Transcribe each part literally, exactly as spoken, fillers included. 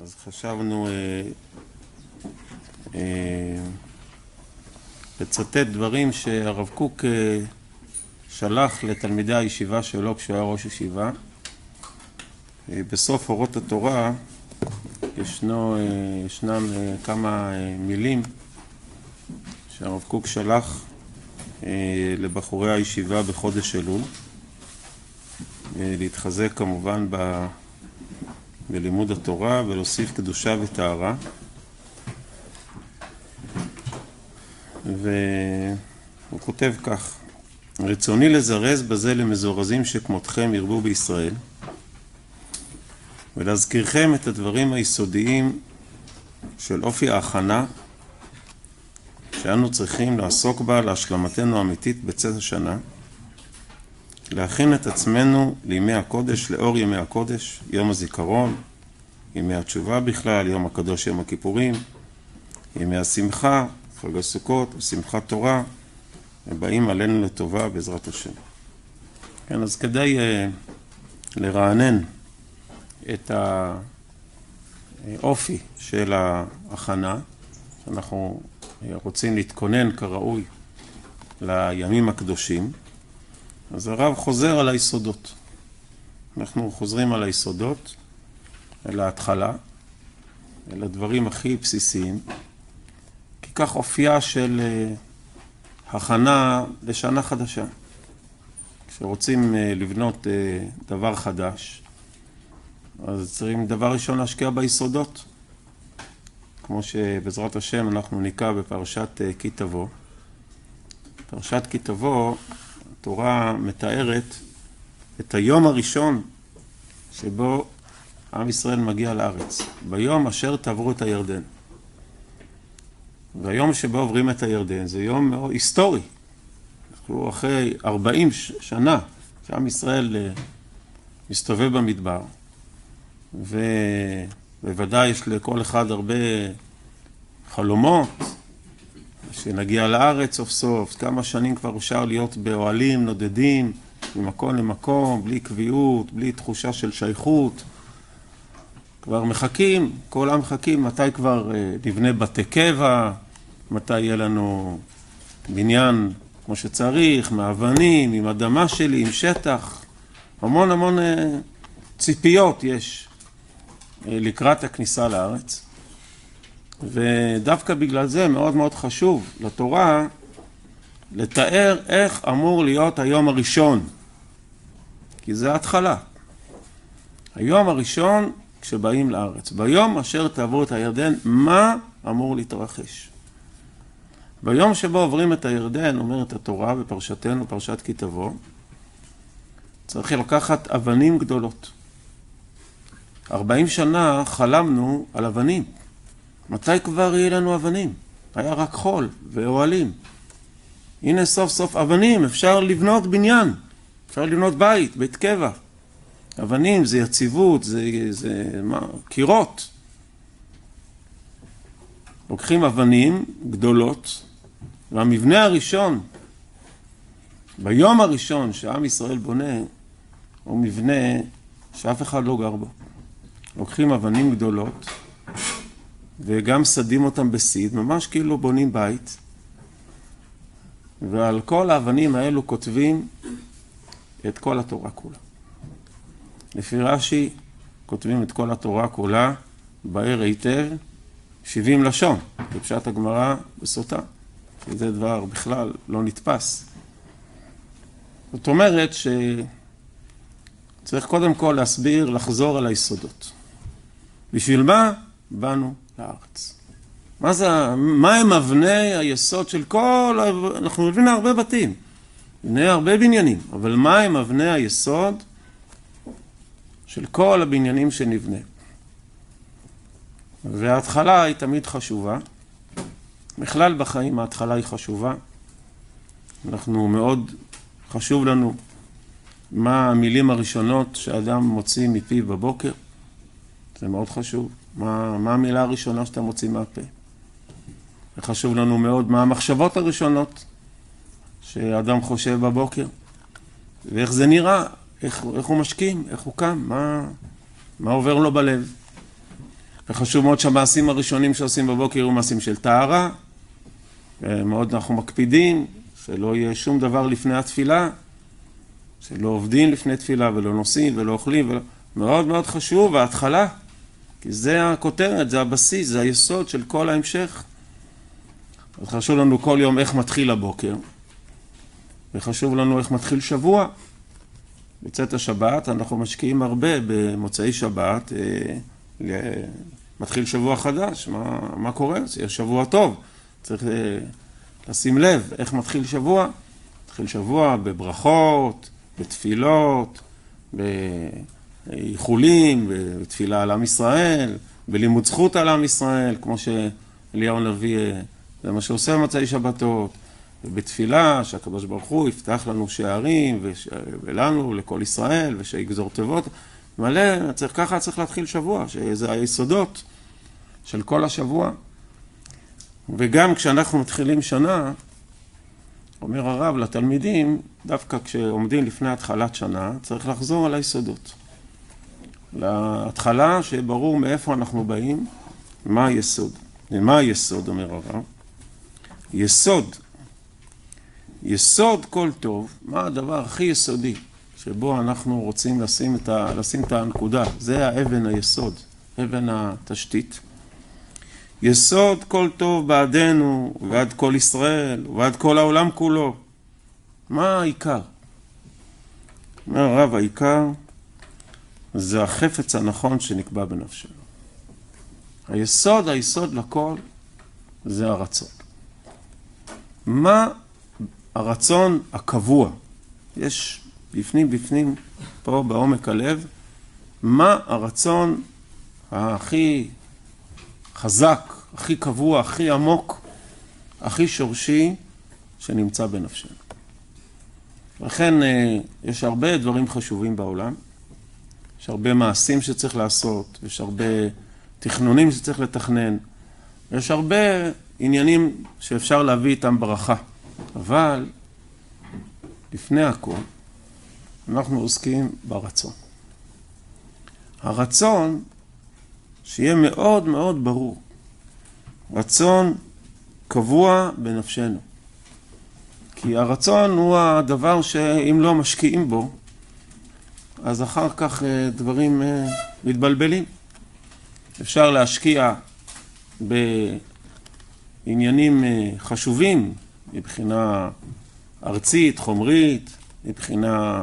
אז חשבנו אה, אה, לצטט דברים שהרב קוק אה, שלח לתלמידי הישיבה שלו כשהוא היה ראש ישיבה. אה, בסוף אורות התורה ישנו, אה, ישנם אה, כמה אה, מילים שהרב קוק שלח אה, לבחורי הישיבה בחודש אלול, אה, להתחזק כמובן ב... בלימוד התורה ולהוסיף קדושה וטהרה. והוא כותב כך: רצוני לזרז בזה למזורזים שכמותכם ירבו בישראל, ולהזכירכם את הדברים היסודיים של אופי ההכנה שאנו צריכים לעסוק בה להשלמתנו האמיתית בצאת השנה, להכין את עצמנו לימי הקודש, לאור ימי הקודש, יום הזיכרון, ימי התשובה בכלל, יום הקדוש, יום הכיפורים, ימי השמחה, חג הסוכות ושמחת תורה, הם באים עלינו לטובה בעזרת השם. כן, אז כדי uh, לרענן את האופי של ההכנה, שאנחנו רוצים להתכונן כראוי לימים הקדושים, אז הרב חוזר על היסודות. אנחנו חוזרים על היסודות, אל ההתחלה, אל הדברים הכי בסיסיים, כי כך אופייה של הכנה לשנה חדשה. כשרוצים לבנות דבר חדש, אז צריכים דבר ראשון להשקיע ביסודות, כמו שבעזרת השם אנחנו ניקע בפרשת כי תבוא. פרשת כי תבוא, התורה מתארת את היום הראשון שבו עם ישראל מגיע לארץ, ביום אשר תעברו את הירדן. והיום שבו עוברים את הירדן זה יום מאוד היסטורי. אנחנו אחרי ארבעים שנה שעם ישראל מסתובב במדבר, ובוודאי יש לכל אחד הרבה חלומות שנגיע לארץ סוף סוף. כמה שנים כבר אפשר להיות באוהלים נודדים ממקום למקום, בלי קביעות, בלי תחושה של שייכות. כבר מחכים, כל העם מחכים, מתי כבר נבנה בתי קבע, מתי יהיה לנו בניין כמו שצריך, מאבנים, עם אדמה שלי, עם שטח. המון המון ציפיות יש לקראת הכניסה לארץ. ודווקא בגלל זה מאוד מאוד חשוב לתורה לתאר איך אמור להיות היום הראשון, כי זה ההתחלה. היום הראשון כשבאים לארץ, ביום אשר תעברו את הירדן, מה אמור להתרחש? ביום שבו עוברים את הירדן, אומרת התורה בפרשתנו, פרשת כי תבוא, צריך לקחת אבנים גדולות. ארבעים שנה חלמנו על אבנים. מתי כבר יהיה לנו אבנים? היה רק חול ואוהלים. הנה סוף סוף אבנים, אפשר לבנות בניין, אפשר לבנות בית, בית קבע. אבנים זה יציבות, זה, זה מה, קירות. לוקחים אבנים גדולות, והמבנה הראשון, ביום הראשון שעם ישראל בונה, הוא מבנה שאף אחד לא גר בו. לוקחים אבנים גדולות, וגם שדים אותם בסיד, ממש כאילו בונים בית, ועל כל האבנים האלו כותבים את כל התורה כולה. לפי רש"י כותבים את כל התורה כולה באר היטב שבעים לשון, בפשט הגמרא בסוטה, שזה דבר בכלל לא נתפס. זאת אומרת שצריך קודם כל להסביר, לחזור על היסודות. בשביל מה באנו לארץ? מה זה, מה הם אבני היסוד של כל, אנחנו נבנה הרבה בתים, נבנה הרבה בניינים, אבל מה הם אבני היסוד של כל הבניינים שנבנה? וההתחלה היא תמיד חשובה. בכלל בחיים ההתחלה היא חשובה. אנחנו מאוד חשוב לנו מה המילים הראשונות שאדם מוציא מפיו בבוקר. זה מאוד חשוב. מה, מה המילה הראשונה שאתה מוציא מהפה? וחשוב לנו מאוד מה המחשבות הראשונות שאדם חושב בבוקר. ואיך זה נראה, איך, איך הוא משכים, איך הוא קם, מה, מה עובר לו בלב. וחשוב מאוד שהמעשים הראשונים שעושים בבוקר יהיו מעשים של טהרה. מאוד אנחנו מקפידים שלא יהיה שום דבר לפני התפילה, שלא עובדים לפני תפילה ולא נוסעים ולא אוכלים. ולא... מאוד מאוד חשוב ההתחלה, כי זה הכותרת, זה הבסיס, זה היסוד של כל ההמשך. אז חשוב לנו כל יום איך מתחיל הבוקר, וחשוב לנו איך מתחיל שבוע. בצאת השבת אנחנו משקיעים הרבה במוצאי שבת, מתחיל שבוע חדש, מה, מה קורה? זה יהיה שבוע טוב, צריך לשים לב איך מתחיל שבוע. מתחיל שבוע בברכות, בתפילות, באיחולים, בתפילה על עם ישראל, בלימוד זכות על עם ישראל, כמו שאליהו הנביא, זה מה שעושה במוצאי שבתות, ובתפילה שהקדוש ברוך הוא יפתח לנו שערים וש... ולנו, לכל ישראל, ושיגזור תיבות. מלא, צריך, ככה צריך להתחיל שבוע, שזה היסודות של כל השבוע. וגם כשאנחנו מתחילים שנה, אומר הרב לתלמידים, דווקא כשעומדים לפני התחלת שנה, צריך לחזור על היסודות. להתחלה שברור מאיפה אנחנו באים, מה היסוד. ומה היסוד, אומר הרב? יסוד. יסוד כל טוב, מה הדבר הכי יסודי שבו אנחנו רוצים לשים את, ה, לשים את הנקודה? זה האבן היסוד, אבן התשתית. יסוד כל טוב בעדנו ועד כל ישראל ועד כל העולם כולו. מה העיקר? אומר הרב, העיקר זה החפץ הנכון שנקבע בנפשנו. היסוד, היסוד לכל זה הרצון. מה הרצון הקבוע? יש בפנים בפנים פה בעומק הלב, מה הרצון הכי חזק, הכי קבוע, הכי עמוק, הכי שורשי שנמצא בנפשנו. לכן יש הרבה דברים חשובים בעולם, יש הרבה מעשים שצריך לעשות, יש הרבה תכנונים שצריך לתכנן, יש הרבה עניינים שאפשר להביא איתם ברכה. אבל לפני הכל אנחנו עוסקים ברצון. הרצון שיהיה מאוד מאוד ברור. רצון קבוע בנפשנו. כי הרצון הוא הדבר שאם לא משקיעים בו, אז אחר כך דברים מתבלבלים. אפשר להשקיע בעניינים חשובים, מבחינה ארצית, חומרית, מבחינה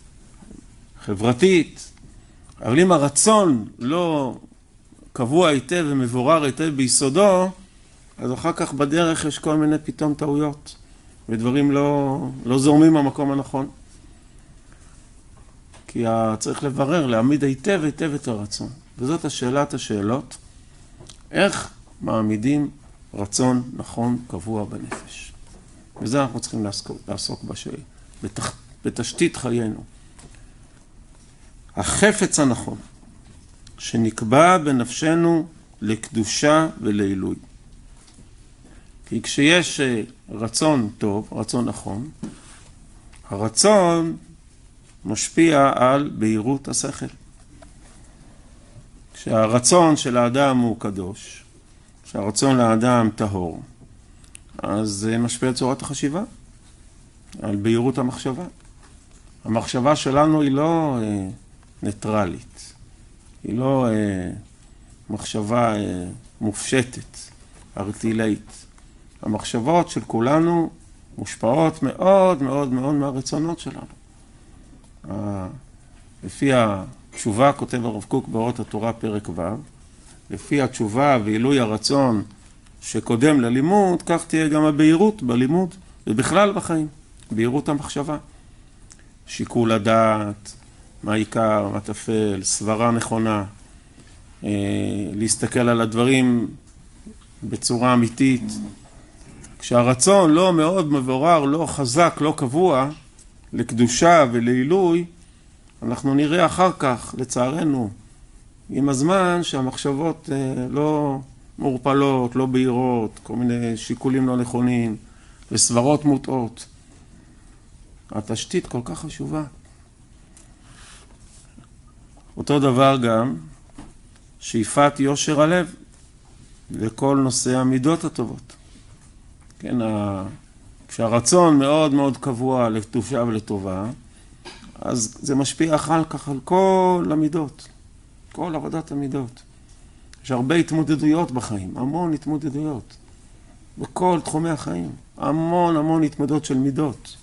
חברתית, אבל אם הרצון לא קבוע היטב ומבורר היטב ביסודו, אז אחר כך בדרך יש כל מיני פתאום טעויות, ודברים לא, לא זורמים במקום הנכון. כי צריך לברר, להעמיד היטב היטב את הרצון. וזאת השאלת השאלות, איך מעמידים רצון נכון קבוע בנפש. וזה אנחנו צריכים לעסוק, לעסוק בשאלה, בתח, בתשתית חיינו. החפץ הנכון, שנקבע בנפשנו לקדושה ולעילוי. כי כשיש רצון טוב, רצון נכון, הרצון משפיע על בהירות השכל. כשהרצון של האדם הוא קדוש, כשהרצון לאדם טהור, אז זה משפיע על צורת החשיבה, על בהירות המחשבה. המחשבה שלנו היא לא אה, ניטרלית, היא לא אה, מחשבה אה, מופשטת, ארטילאית. המחשבות של כולנו מושפעות מאוד מאוד מאוד מהרצונות שלנו. אה, לפי התשובה, כותב הרב קוק באורות התורה פרק ו', לפי התשובה ועילוי הרצון שקודם ללימוד, כך תהיה גם הבהירות בלימוד ובכלל בחיים, בהירות המחשבה. שיקול הדעת, מה עיקר, מה תפל, סברה נכונה, אה, להסתכל על הדברים בצורה אמיתית. כשהרצון לא מאוד מבורר, לא חזק, לא קבוע, לקדושה ולעילוי, אנחנו נראה אחר כך, לצערנו, עם הזמן שהמחשבות אה, לא מורפלות, לא בהירות, כל מיני שיקולים לא נכונים וסברות מוטעות. התשתית כל כך חשובה. אותו דבר גם שאיפת יושר הלב וכל נושא המידות הטובות. כן, כשהרצון מאוד מאוד קבוע לקדושה ולטובה, אז זה משפיע אחר כך על כל המידות, כל עבודת המידות. יש הרבה התמודדויות בחיים, המון התמודדויות, בכל תחומי החיים, המון המון התמודדות של מידות.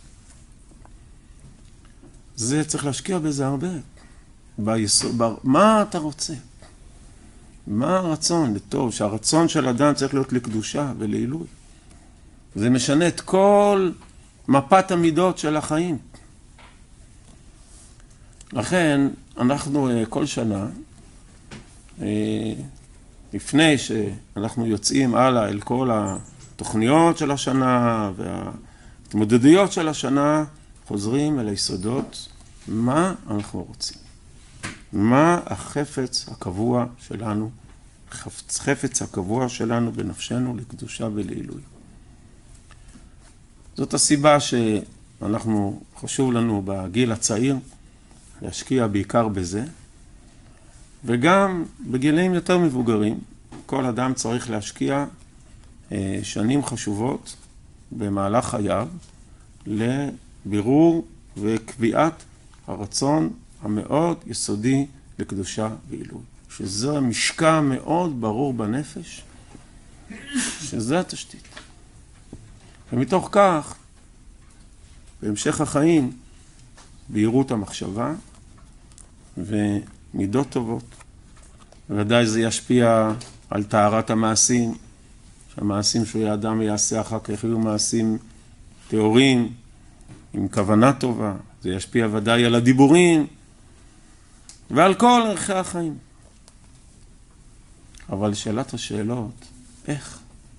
זה צריך להשקיע בזה הרבה. ביסוד, ב... מה אתה רוצה? מה הרצון? לטוב, שהרצון של אדם צריך להיות לקדושה ולעילוי. זה משנה את כל מפת המידות של החיים. לכן אנחנו כל שנה, לפני שאנחנו יוצאים הלאה אל כל התוכניות של השנה וההתמודדויות של השנה, חוזרים אל היסודות, מה אנחנו רוצים? מה החפץ הקבוע שלנו, חפץ הקבוע שלנו בנפשנו לקדושה ולעילוי. זאת הסיבה שאנחנו, חשוב לנו בגיל הצעיר להשקיע בעיקר בזה, וגם בגילים יותר מבוגרים, כל אדם צריך להשקיע שנים חשובות במהלך חייו לבירור וקביעת הרצון המאוד יסודי לקדושה ועילוי. שזה משקע מאוד ברור בנפש, שזה התשתית. ומתוך כך, בהמשך החיים, בהירות המחשבה ומידות טובות. ודאי זה ישפיע על טהרת המעשים, שהמעשים שהוא האדם יעשה אחר כך יהיו מעשים טהורים, עם כוונה טובה. זה ישפיע ודאי על הדיבורים ועל כל ערכי החיים. אבל שאלת השאלות, איך?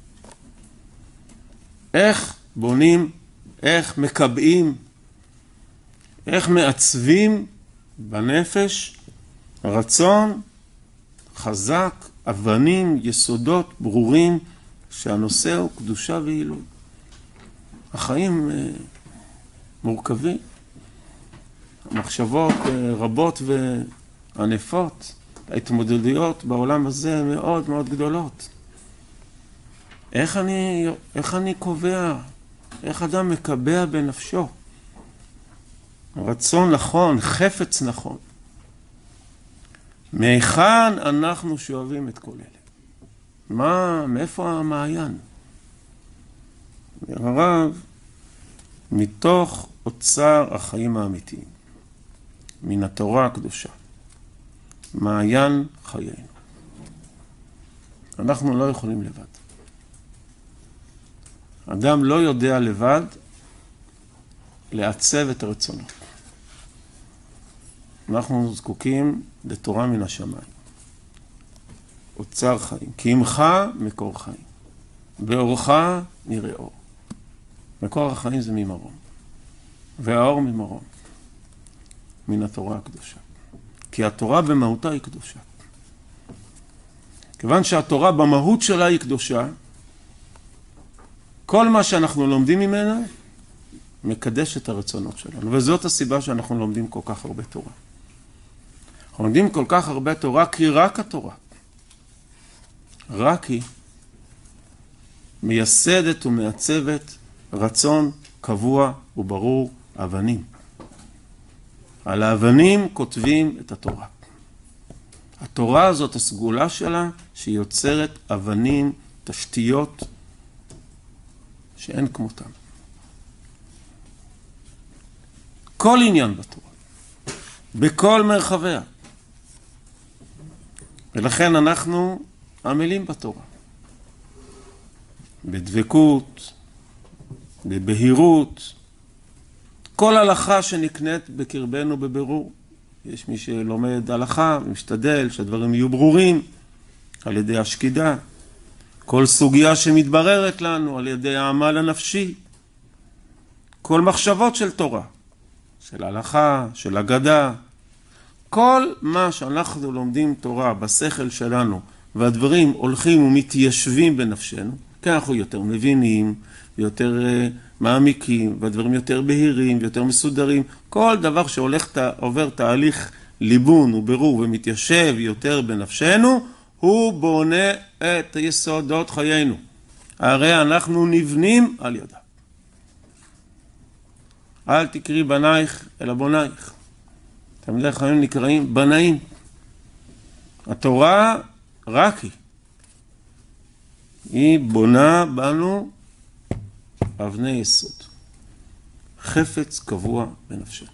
איך בונים, איך מקבעים, איך מעצבים בנפש רצון חזק, אבנים, יסודות ברורים, שהנושא הוא קדושה ועילוי. החיים מורכבים, המחשבות רבות וענפות, ההתמודדויות בעולם הזה מאוד מאוד גדולות. איך אני, איך אני קובע, איך אדם מקבע בנפשו? רצון נכון, חפץ נכון. מהיכן אנחנו שואבים את כל אלה? מה, מאיפה המעיין? הרב, מתוך אוצר החיים האמיתיים, מן התורה הקדושה, מעיין חיינו. אנחנו לא יכולים לבד. אדם לא יודע לבד לעצב את הרצונות. אנחנו זקוקים לתורה מן השמיים. אוצר חיים. כי עמך מקור חיים. באורך נראה אור. מקור החיים זה ממרום. והאור ממרום. מן התורה הקדושה. כי התורה במהותה היא קדושה. כיוון שהתורה במהות שלה היא קדושה, כל מה שאנחנו לומדים ממנה מקדש את הרצונות שלנו. וזאת הסיבה שאנחנו לומדים כל כך הרבה תורה. אנחנו לומדים כל כך הרבה תורה כי רק התורה, רק היא מייסדת ומעצבת רצון קבוע וברור אבנים. על האבנים כותבים את התורה. התורה הזאת, הסגולה שלה, שהיא יוצרת אבנים, תשתיות, שאין כמותם. כל עניין בתורה, בכל מרחביה. ולכן אנחנו עמלים בתורה. בדבקות, בבהירות, כל הלכה שנקנית בקרבנו בבירור. יש מי שלומד הלכה ומשתדל שהדברים יהיו ברורים על ידי השקידה. כל סוגיה שמתבררת לנו על ידי העמל הנפשי. כל מחשבות של תורה, של הלכה, של אגדה. כל מה שאנחנו לומדים תורה בשכל שלנו והדברים הולכים ומתיישבים בנפשנו, כי אנחנו יותר מבינים, יותר uh, מעמיקים, והדברים יותר בהירים, יותר מסודרים. כל דבר שהולך, תה, עובר תהליך ליבון וברור ומתיישב יותר בנפשנו, הוא בונה את יסודות חיינו. הרי אנחנו נבנים על ידה. אל תקראי בנייך אלא בונייך. תלמידי חכמים נקראים בנאים. התורה רק היא. היא בונה בנו אבני יסוד. חפץ קבוע בנפשנו.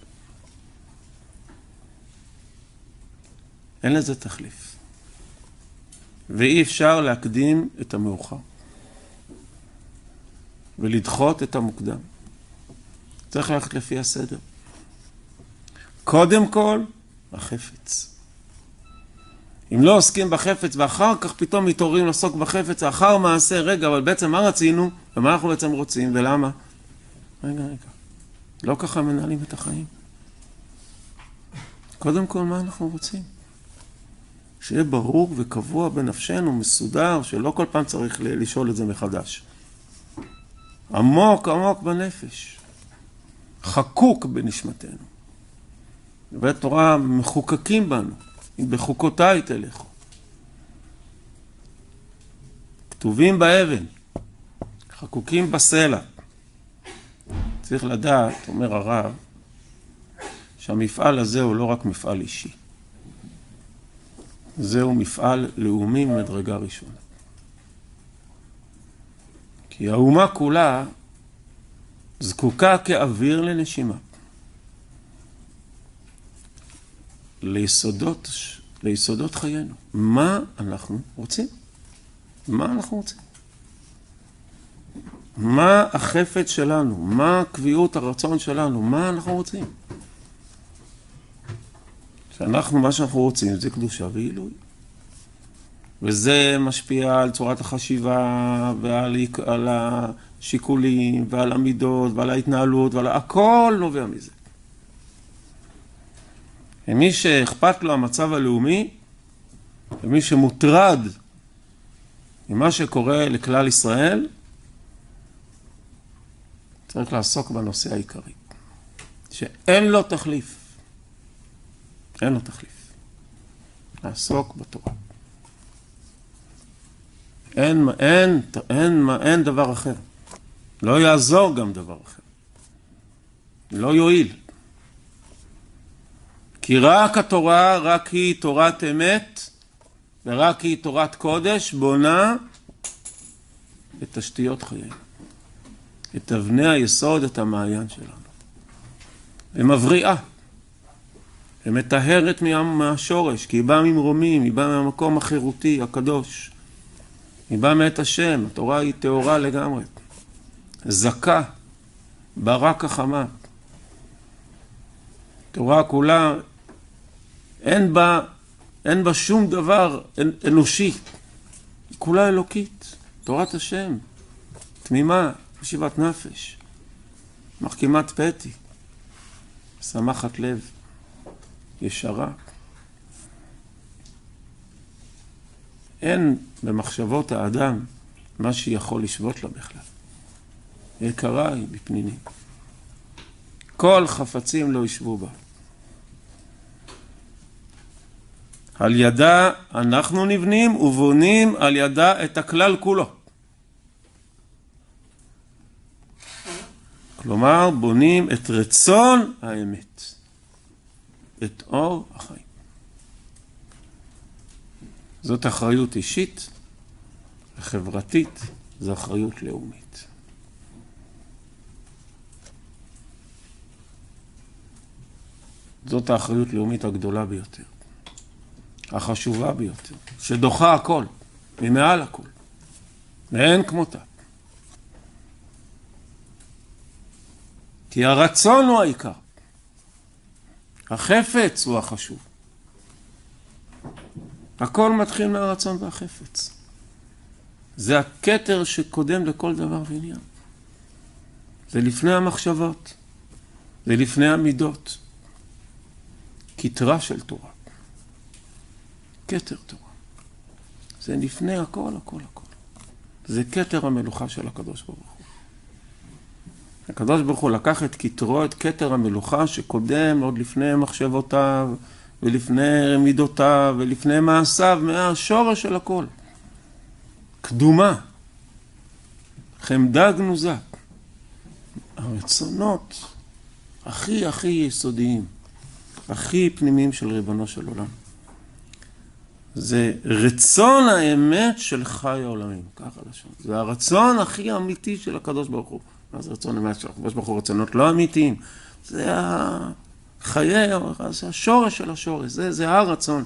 אין לזה תחליף. ואי אפשר להקדים את המאוחר. ולדחות את המוקדם. צריך ללכת לפי הסדר. קודם כל, החפץ. אם לא עוסקים בחפץ ואחר כך פתאום מתעוררים לעסוק בחפץ, אחר מעשה, רגע, אבל בעצם מה רצינו ומה אנחנו בעצם רוצים ולמה? רגע, רגע. לא ככה מנהלים את החיים. קודם כל, מה אנחנו רוצים? שיהיה ברור וקבוע בנפשנו, מסודר, שלא כל פעם צריך לשאול את זה מחדש. עמוק עמוק בנפש. חקוק בנשמתנו. דברי תורה מחוקקים בנו. בחוקותיי תלכו. כתובים באבן. חקוקים בסלע. צריך לדעת, אומר הרב, שהמפעל הזה הוא לא רק מפעל אישי. זהו מפעל לאומי מדרגה ראשונה. כי האומה כולה זקוקה כאוויר לנשימה. ליסודות, ליסודות חיינו. מה אנחנו רוצים? מה אנחנו רוצים? מה החפץ שלנו? מה קביעות הרצון שלנו? מה אנחנו רוצים? שאנחנו, מה שאנחנו רוצים זה קדושה ועילוי. וזה משפיע על צורת החשיבה ועל על השיקולים ועל המידות ועל ההתנהלות ועל הכל נובע מזה. ומי שאכפת לו המצב הלאומי, ומי שמוטרד ממה שקורה לכלל ישראל, צריך לעסוק בנושא העיקרי, שאין לו תחליף. אין לו תחליף. לעסוק בתורה. אין, אין, אין, אין דבר אחר. לא יעזור גם דבר אחר. לא יועיל. כי רק התורה, רק היא תורת אמת, ורק היא תורת קודש, בונה את תשתיות חיינו. את אבני היסוד, את המעיין שלנו. ומבריאה. ומטהרת מהשורש, כי היא באה ממרומים, היא באה מהמקום החירותי, הקדוש. היא באה מאת השם, התורה היא טהורה לגמרי. זכה, ברק החמה. תורה כולה, אין בה, אין בה שום דבר אנושי. היא כולה אלוקית. תורת השם, תמימה, ישיבת נפש, מחכימת פתי, שמחת לב, ישרה. אין במחשבות האדם מה שיכול לשבות לה בכלל. יקרה היא בפנינים. כל חפצים לא ישבו בה. על ידה אנחנו נבנים ובונים על ידה את הכלל כולו. כלומר, בונים את רצון האמת. את אור החיים. זאת אחריות אישית וחברתית, זו אחריות לאומית. זאת האחריות הלאומית הגדולה ביותר. החשובה ביותר. שדוחה הכל, ממעל הכל. ואין כמותה. כי הרצון הוא העיקר. החפץ הוא החשוב. הכל מתחיל מהרצון והחפץ. זה הכתר שקודם לכל דבר ועניין. זה לפני המחשבות. זה לפני המידות. כתרה של תורה. כתר תורה. זה לפני הכל, הכל, הכל. זה כתר המלוכה של הקדוש ברוך הוא. הקדוש ברוך הוא לקח את כתרו, את כתר המלוכה שקודם עוד לפני מחשבותיו ולפני מידותיו ולפני מעשיו, מהשורש של הכל. קדומה, חמדה גנוזה. הרצונות הכי הכי יסודיים, הכי פנימיים של ריבונו של עולם. זה רצון האמת של חי העולמים, ככה לשון. זה הרצון הכי אמיתי של הקדוש ברוך הוא. מה זה רצון האמת של הקדוש ברוך הוא? רצונות לא אמיתיים. זה החיי, זה השורש של השורש, זה, זה הרצון.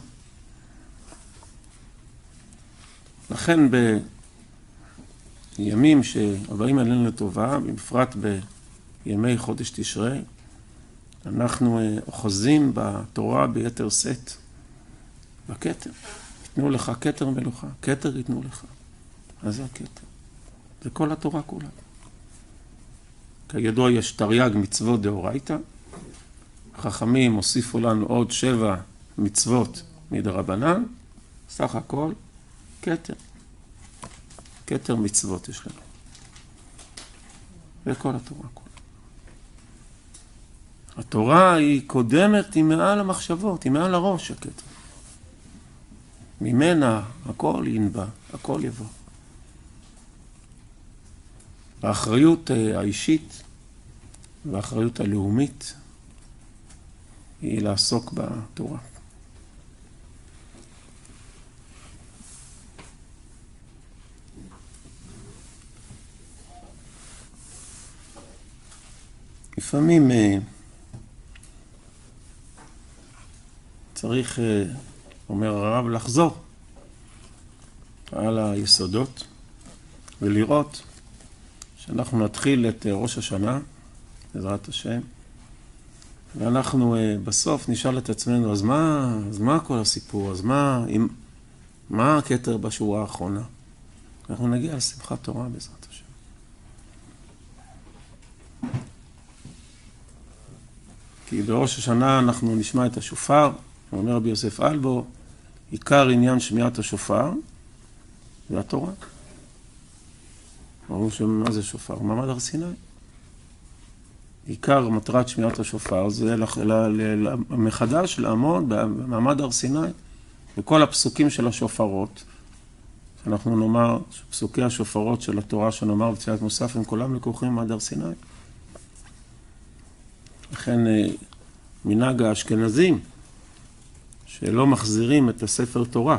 לכן בימים שהבאים עלינו לטובה, בפרט בימי חודש תשרי, אנחנו אוחזים בתורה ביתר שאת, בכתר. יתנו לך כתר מלוכה, כתר יתנו לך. אז זה הכתר. זה כל התורה כולה. כידוע יש תרי"ג מצוות דאורייתא. החכמים הוסיפו לנו עוד שבע מצוות מדרבנן. סך הכל כתר. כתר מצוות יש לנו. זה כל התורה כולה. התורה היא קודמת, היא מעל המחשבות, היא מעל הראש הכתר. ממנה הכל ינבע, הכל יבוא. האחריות האישית והאחריות הלאומית היא לעסוק בתורה. לפעמים צריך, אומר הרב, לחזור על היסודות ולראות שאנחנו נתחיל את ראש השנה, בעזרת השם, ואנחנו בסוף נשאל את עצמנו, אז מה, אז מה כל הסיפור? אז מה, אם, מה הכתר בשורה האחרונה? אנחנו נגיע לשמחת תורה בעזרת השם. כי בראש השנה אנחנו נשמע את השופר, אומר רבי יוסף אלבו, עיקר עניין שמיעת השופר זה התורה. אמרו שמה זה שופר? מעמד הר סיני. עיקר מטרת שמיעת השופר זה מחדש לעמוד במעמד הר סיני. וכל הפסוקים של השופרות, שאנחנו נאמר, פסוקי השופרות של התורה שנאמר בתפילת מוסף, הם כולם לקוחים מעמד הר סיני. לכן מנהג האשכנזים, שלא מחזירים את הספר תורה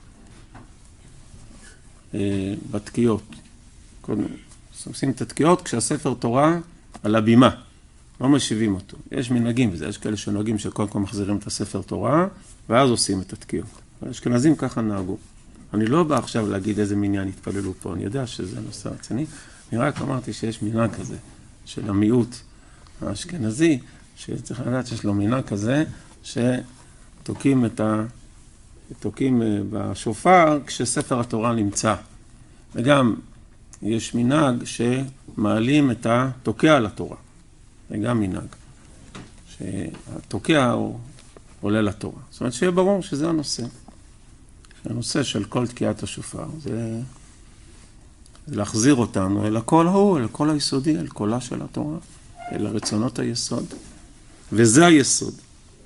בתקיעות. עושים את התקיעות כשהספר תורה על הבימה, לא משיבים אותו. יש מנהגים בזה, יש כאלה שנוהגים שקודם כל מחזירים את הספר תורה, ואז עושים את התקיעות. האשכנזים ככה נהגו. אני לא בא עכשיו להגיד איזה מניין התפללו פה, אני יודע שזה נושא רציני. אני רק אמרתי שיש מנהג כזה של המיעוט האשכנזי, שצריך לדעת שיש לו מנהג כזה, שתוקים את ה... תוקים בשופר כשספר התורה נמצא. וגם יש מנהג שמעלים את התוקע לתורה. זה גם מנהג. שהתוקע הוא עולה לתורה. זאת אומרת שיהיה ברור שזה הנושא. הנושא של כל תקיעת השופר. זה, זה להחזיר אותנו אל הכל ההוא, אל הכל היסודי, אל קולה של התורה, אל הרצונות היסוד. וזה היסוד.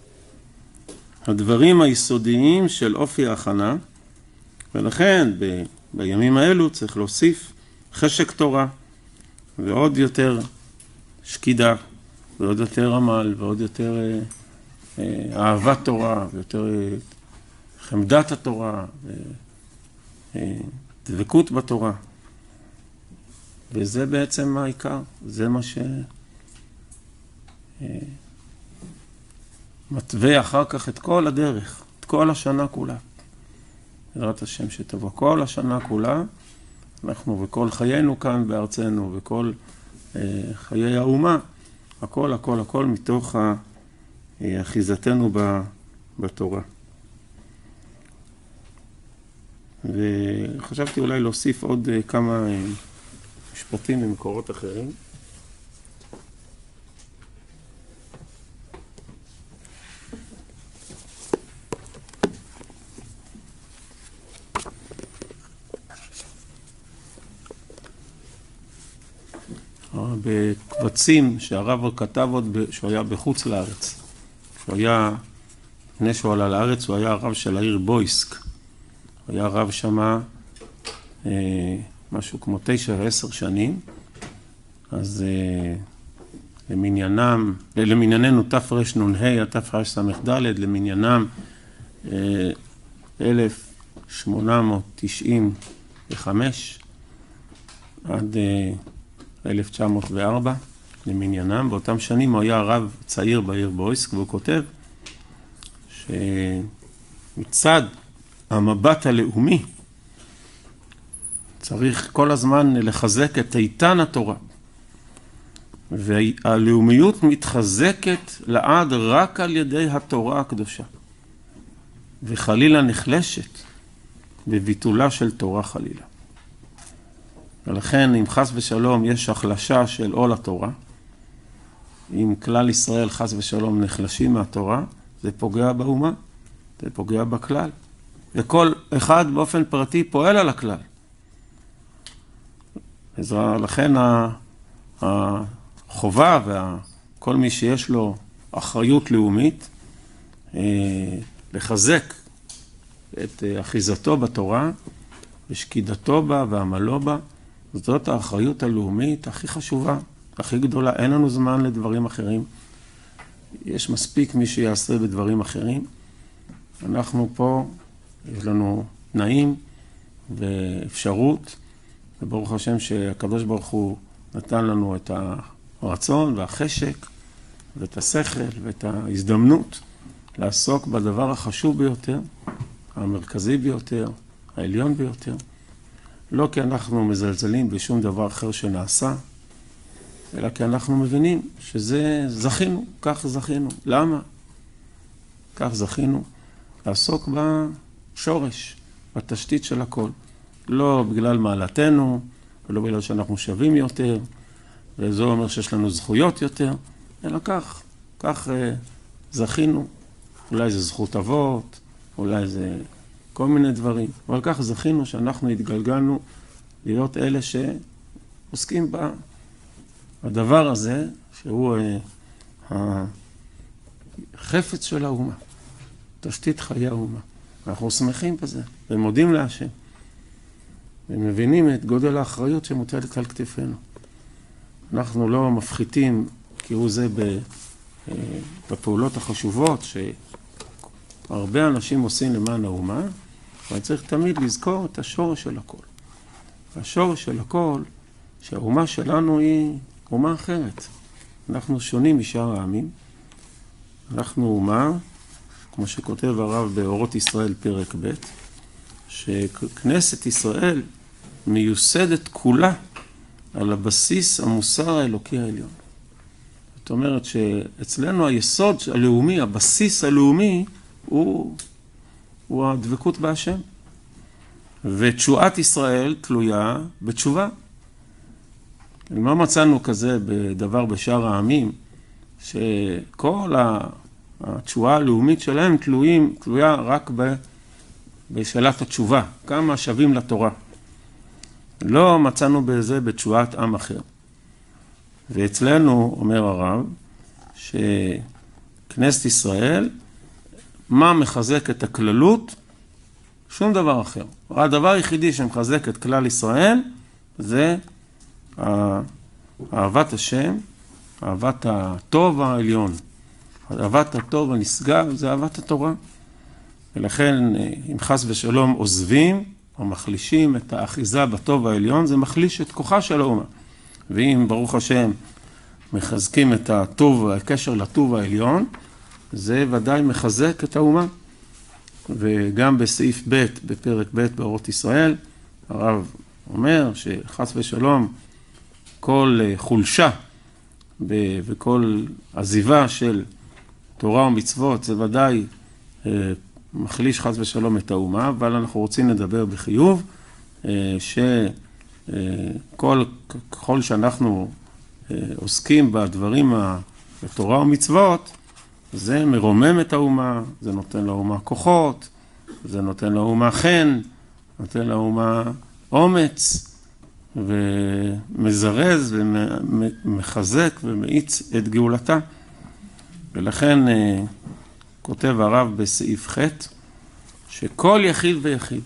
הדברים היסודיים של אופי ההכנה, ולכן ב, בימים האלו צריך להוסיף חשק תורה, ועוד יותר שקידה, ועוד יותר עמל, ועוד יותר אה, אה, אהבת תורה, ויותר אה, חמדת התורה, ודבקות אה, בתורה. וזה בעצם העיקר, זה מה ש... אה, מתווה אחר כך את כל הדרך, את כל השנה כולה. בעזרת השם שתבוא כל השנה כולה, אנחנו וכל חיינו כאן בארצנו, וכל אה, חיי האומה, הכל, הכל, הכל מתוך אחיזתנו בתורה. וחשבתי אולי להוסיף עוד כמה משפטים ממקורות אחרים. בקבצים שהרב כתב עוד שהוא היה בחוץ לארץ, שהוא היה לפני שהוא עלה לארץ, הוא היה הרב של העיר בויסק. הוא היה רב שמה אה, משהו כמו תשע ועשר שנים. אז אה, למניינם, למנייננו תרנ"ה, תרס"ד, למניינם אה, אלף שמונה מאות תשעים וחמש עד אה, אלף תשע מאות וארבע, למניינם. באותם שנים הוא היה רב צעיר בעיר בויסק, והוא כותב שמצד המבט הלאומי צריך כל הזמן לחזק את איתן התורה. והלאומיות מתחזקת לעד רק על ידי התורה הקדושה. וחלילה נחלשת בביטולה של תורה חלילה. ולכן אם חס ושלום יש החלשה של עול התורה, אם כלל ישראל חס ושלום נחלשים מהתורה, זה פוגע באומה, זה פוגע בכלל. וכל אחד באופן פרטי פועל על הכלל. אז לכן החובה וכל מי שיש לו אחריות לאומית, לחזק את אחיזתו בתורה ושקידתו בה ועמלו בה, זאת האחריות הלאומית הכי חשובה, הכי גדולה. אין לנו זמן לדברים אחרים. יש מספיק מי שיעשה בדברים אחרים. אנחנו פה, יש לנו תנאים ואפשרות, וברוך השם שהקדוש ברוך הוא נתן לנו את הרצון והחשק ואת השכל ואת ההזדמנות לעסוק בדבר החשוב ביותר, המרכזי ביותר, העליון ביותר. לא כי אנחנו מזלזלים בשום דבר אחר שנעשה, אלא כי אנחנו מבינים שזה זכינו, כך זכינו. למה? כך זכינו לעסוק בשורש, בתשתית של הכל. לא בגלל מעלתנו, ולא בגלל שאנחנו שווים יותר, וזה אומר שיש לנו זכויות יותר, אלא כך, כך זכינו. אולי זה זכות אבות, אולי זה כל מיני דברים, אבל כך זכינו שאנחנו התגלגלנו להיות אלה שעוסקים בדבר הזה, שהוא החפץ של האומה, תשתית חיי האומה. אנחנו שמחים בזה, ומודים להשם, ומבינים את גודל האחריות שמוטלת על כתפינו. אנחנו לא מפחיתים כהוא זה בפעולות החשובות שהרבה אנשים עושים למען האומה, אבל צריך תמיד לזכור את השורש של הכל. השורש של הכל, שהאומה שלנו היא אומה אחרת. אנחנו שונים משאר העמים. אנחנו אומה, כמו שכותב הרב באורות ישראל פרק ב', שכנסת ישראל מיוסדת כולה על הבסיס המוסר האלוקי העליון. זאת אומרת שאצלנו היסוד הלאומי, הבסיס הלאומי, הוא, הוא הדבקות בהשם. ותשועת ישראל תלויה בתשובה. מה מצאנו כזה בדבר בשאר העמים, שכל התשועה הלאומית שלהם תלויים, תלויה רק בשאלת התשובה, כמה שווים לתורה. לא מצאנו בזה בתשועת עם אחר. ואצלנו, אומר הרב, שכנסת ישראל, מה מחזק את הכללות? שום דבר אחר. הדבר היחידי שמחזק את כלל ישראל, זה אהבת השם, אהבת הטוב העליון. אהבת הטוב הנשגב, זה אהבת התורה. ולכן, אם חס ושלום עוזבים, או מחלישים את האחיזה בטוב העליון, זה מחליש את כוחה של האומה. ואם ברוך השם מחזקים את הטוב, הקשר לטוב העליון, זה ודאי מחזק את האומה. וגם בסעיף ב' בפרק ב' באורות ישראל, הרב אומר שחס ושלום כל חולשה וכל עזיבה של תורה ומצוות, זה ודאי מחליש חס ושלום את האומה, אבל אנחנו רוצים לדבר בחיוב, שכל ככל שאנחנו עוסקים בדברים בתורה ומצוות, זה מרומם את האומה, זה נותן לאומה כוחות, זה נותן לאומה חן, נותן לאומה אומץ, ומזרז ומחזק ומאיץ את גאולתה. ולכן כותב הרב בסעיף ח' שכל יחיד ויחיד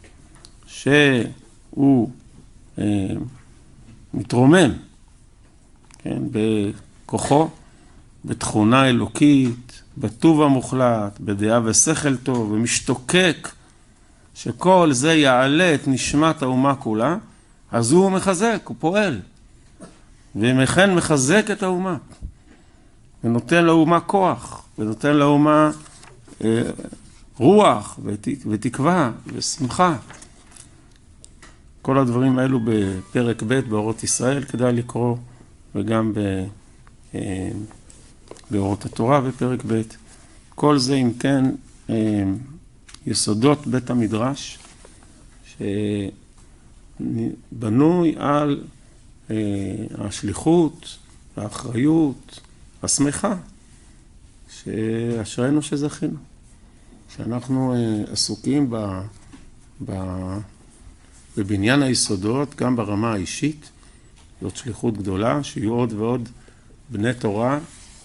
שהוא אה, מתרומם, כן, בכוחו, בתכונה אלוקית, בטוב המוחלט, בדעה ושכל טוב, ומשתוקק שכל זה יעלה את נשמת האומה כולה, אז הוא מחזק, הוא פועל. ומכן מחזק את האומה. ונותן לאומה כוח, ונותן לאומה אה, רוח ותק, ותקווה ושמחה. כל הדברים האלו בפרק ב' באורות ישראל כדאי לקרוא, וגם ב, אה, באורות התורה בפרק ב'. כל זה אם כן אה, יסודות בית המדרש, שבנוי על אה, השליחות, האחריות, השמחה, שאשרנו שזכינו. שאנחנו אה, עסוקים ב, ב, בבניין היסודות, גם ברמה האישית, זאת שליחות גדולה, שיהיו עוד ועוד בני תורה,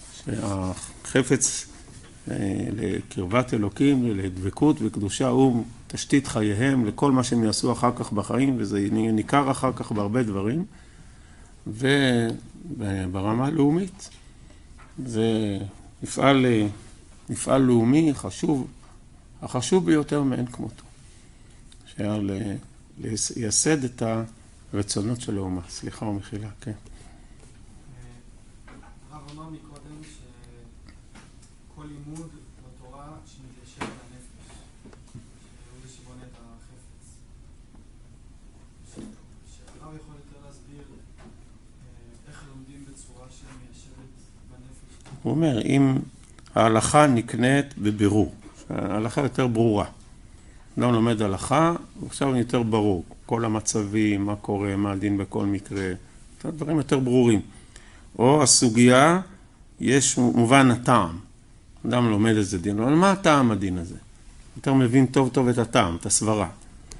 שהחפץ לקרבת אלוקים, לדבקות וקדושה הוא תשתית חייהם לכל מה שהם יעשו אחר כך בחיים, וזה ניכר אחר כך בהרבה דברים. וברמה הלאומית זה מפעל, מפעל לאומי חשוב, החשוב ביותר מאין כמותו, שהיה לייסד את הרצונות של האומה. סליחה ומחילה, כן. הרב אמר מקודם שכל לימוד בתורה שמתיישב לנפש, שהוא זה שבונה את החפץ. שהרב יכול יותר להסביר איך לומדים בצורה שמיישבת בנפש. הוא אומר, אם ההלכה נקנית בבירור, ההלכה יותר ברורה. אדם לומד הלכה, ועכשיו הוא יותר ברור. כל המצבים, מה קורה, מה הדין בכל מקרה, דברים יותר ברורים. או הסוגיה, יש מובן הטעם. אדם לומד איזה דין, אבל מה הטעם הדין הזה? יותר מבין טוב טוב את הטעם, את הסברה.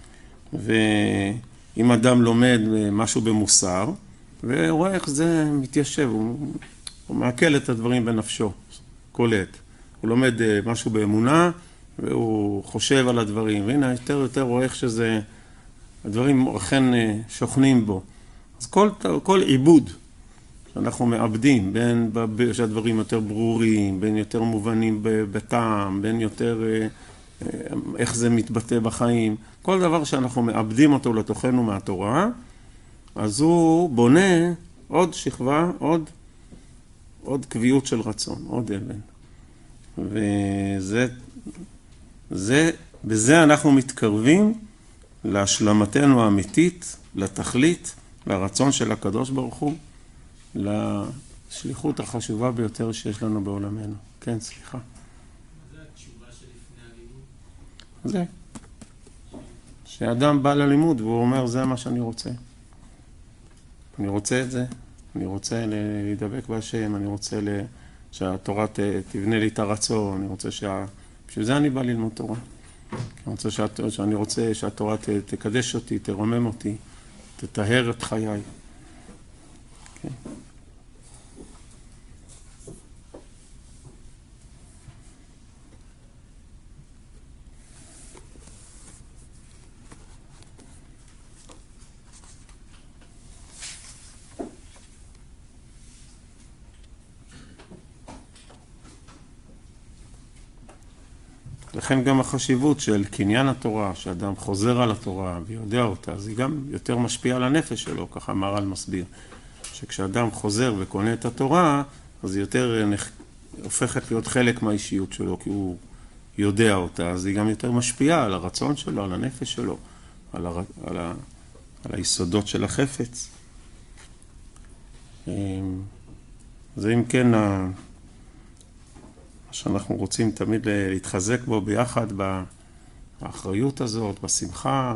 ואם אדם לומד משהו במוסר, ורואה איך זה מתיישב, הוא, הוא מעכל את הדברים בנפשו, קולט. הוא לומד משהו באמונה, והוא חושב על הדברים, והנה יותר יותר רואה איך שזה, הדברים אכן שוכנים בו. אז כל, כל עיבוד שאנחנו מאבדים, בין שהדברים יותר ברורים, בין יותר מובנים בטעם, בין יותר איך זה מתבטא בחיים, כל דבר שאנחנו מאבדים אותו לתוכנו מהתורה, אז הוא בונה עוד שכבה, עוד, עוד קביעות של רצון, עוד אבן. וזה, זה, בזה אנחנו מתקרבים להשלמתנו האמיתית, לתכלית, לרצון של הקדוש ברוך הוא, לשליחות החשובה ביותר שיש לנו בעולמנו. כן, סליחה. מה זה התשובה שלפני הלימוד? זה. שאדם בא ללימוד והוא אומר, זה מה שאני רוצה. אני רוצה את זה. אני רוצה להידבק בהשם, אני רוצה ל... שהתורה ת... תבנה לי את הרצון, אני רוצה שה... בשביל זה אני בא ללמוד תורה. אני רוצה, שאת... שאני רוצה שהתורה ת... תקדש אותי, תרומם אותי, תטהר את חיי. כן. לכן גם החשיבות של קניין התורה, שאדם חוזר על התורה ויודע אותה, אז היא גם יותר משפיעה על הנפש שלו, ככה מר"ל מסביר. שכשאדם חוזר וקונה את התורה, אז היא יותר הופכת להיות חלק מהאישיות שלו, כי הוא יודע אותה, אז היא גם יותר משפיעה על הרצון שלו, על הנפש שלו, על, הר... על, ה... על היסודות של החפץ. זה אם כן ה... שאנחנו רוצים תמיד להתחזק בו ביחד באחריות הזאת, בשמחה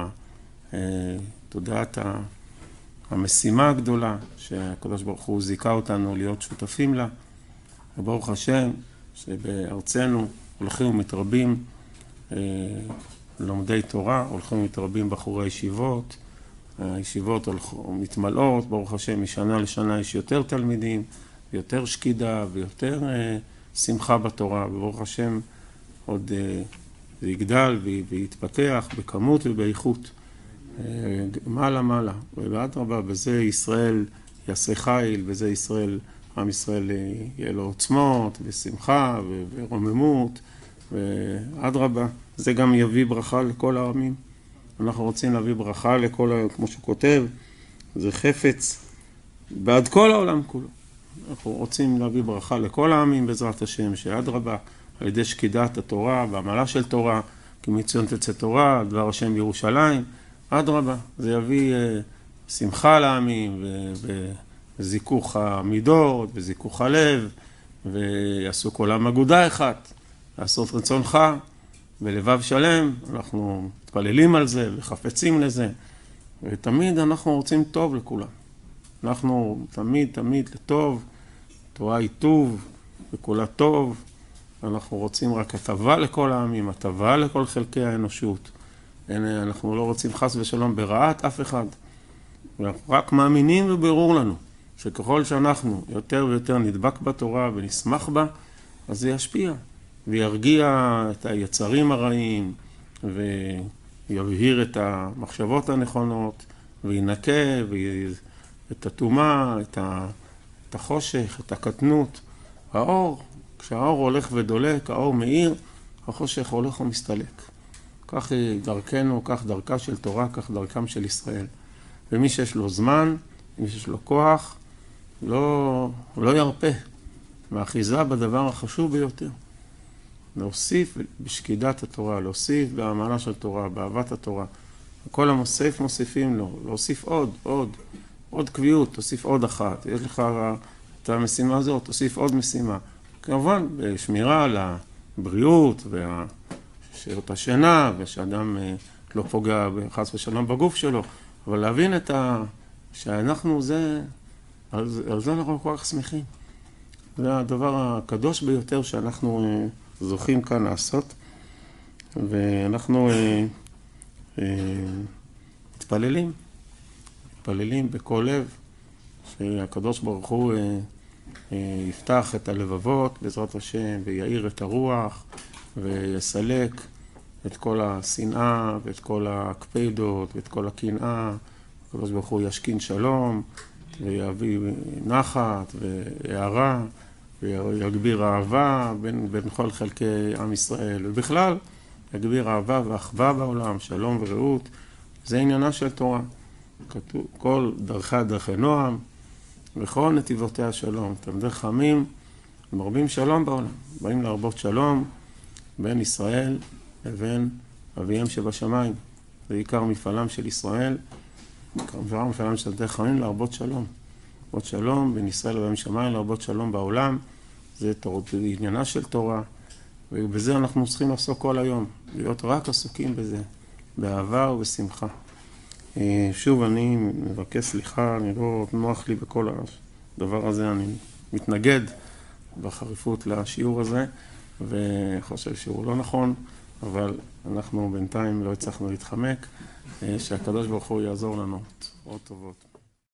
ובתודעת המשימה הגדולה שהקדוש ברוך הוא זיכה אותנו להיות שותפים לה. וברוך השם שבארצנו הולכים ומתרבים לומדי תורה, הולכים ומתרבים בחורי ישיבות, הישיבות מתמלאות, ברוך השם משנה לשנה יש יותר תלמידים, ויותר שקידה ויותר שמחה בתורה, וברוך השם עוד זה יגדל ויתפתח בכמות ובאיכות, מעלה מעלה, ובאדרבה, בזה ישראל יעשה חיל, בזה ישראל, עם ישראל יהיה לו עוצמות ושמחה ורוממות, ואדרבה, זה גם יביא ברכה לכל העמים. אנחנו רוצים להביא ברכה לכל, כמו שכותב, זה חפץ בעד כל העולם כולו. אנחנו רוצים להביא ברכה לכל העמים בעזרת השם, שאדרבה, על ידי שקידת התורה והעמלה של תורה, כי מציון תצא תורה, דבר השם בירושלים, אדרבה, זה יביא uh, שמחה לעמים וזיכוך המידות וזיכוך הלב, ויעשו כולם אגודה אחת, לעשות רצונך בלבב שלם. אנחנו מתפללים על זה וחפצים לזה, ותמיד אנחנו רוצים טוב לכולם. אנחנו תמיד תמיד לטוב, תורה היא טוב וכולה טוב. אנחנו רוצים רק הטבה לכל העמים, הטבה לכל חלקי האנושות. אנחנו לא רוצים חס ושלום ברעת אף אחד. אנחנו רק מאמינים וברור לנו שככל שאנחנו יותר ויותר נדבק בתורה ונשמח בה, אז זה ישפיע וירגיע את היצרים הרעים ויבהיר את המחשבות הנכונות וינקה את הטומאה, את החושך, את הקטנות. האור, כשהאור הולך ודולק, האור מאיר, החושך הולך ומסתלק. כך היא דרכנו, כך דרכה של תורה, כך דרכם של ישראל. ומי שיש לו זמן, מי שיש לו כוח, לא, לא ירפה מאחיזה בדבר החשוב ביותר. להוסיף בשקידת התורה, להוסיף בהעמלה של תורה, באהבת התורה. כל המוסיף מוסיפים לו, להוסיף עוד, עוד, עוד קביעות, תוסיף עוד אחת. יש לך את המשימה הזאת, תוסיף עוד משימה. כמובן, בשמירה על הבריאות ושעות השינה, ושאדם לא פוגע חס ושלום בגוף שלו, אבל להבין את ה... שאנחנו זה, על זה, על זה אנחנו כל כך שמחים. זה הדבר הקדוש ביותר שאנחנו זוכים כאן לעשות, ואנחנו מתפללים, מתפללים בכל לב, שהקדוש ברוך הוא יפתח את הלבבות בעזרת השם, ויעיר את הרוח, ויסלק את כל השנאה, ואת כל הקפידות, ואת כל הקנאה. הקדוש ברוך הוא ישכין שלום, ויביא נחת והערה, ויגביר אהבה בין, בין כל חלקי עם ישראל. ובכלל, יגביר אהבה ואחווה בעולם, שלום ורעות. זה עניינה של תורה. כתוב, כל דרכה דרכי נועם, וכל נתיבותיה שלום. תלמידי חכמים מרבים שלום בעולם. באים להרבות שלום בין ישראל לבין אביהם שבשמיים. זה עיקר מפעלם של ישראל. עיקר מפעלם של תלמידי חכמים להרבות שלום. להרבות שלום בין ישראל לבין שמיים, להרבות שלום בעולם. זה עניינה של תורה. ובזה אנחנו צריכים לעסוק כל היום. להיות רק עסוקים בזה. באהבה ובשמחה. שוב, אני מבקש סליחה, אני לא נוח לי בכל הדבר הזה, אני מתנגד בחריפות לשיעור הזה, וחושב שהוא לא נכון, אבל אנחנו בינתיים לא הצלחנו להתחמק, שהקדוש ברוך הוא יעזור לנו. עוד טובות.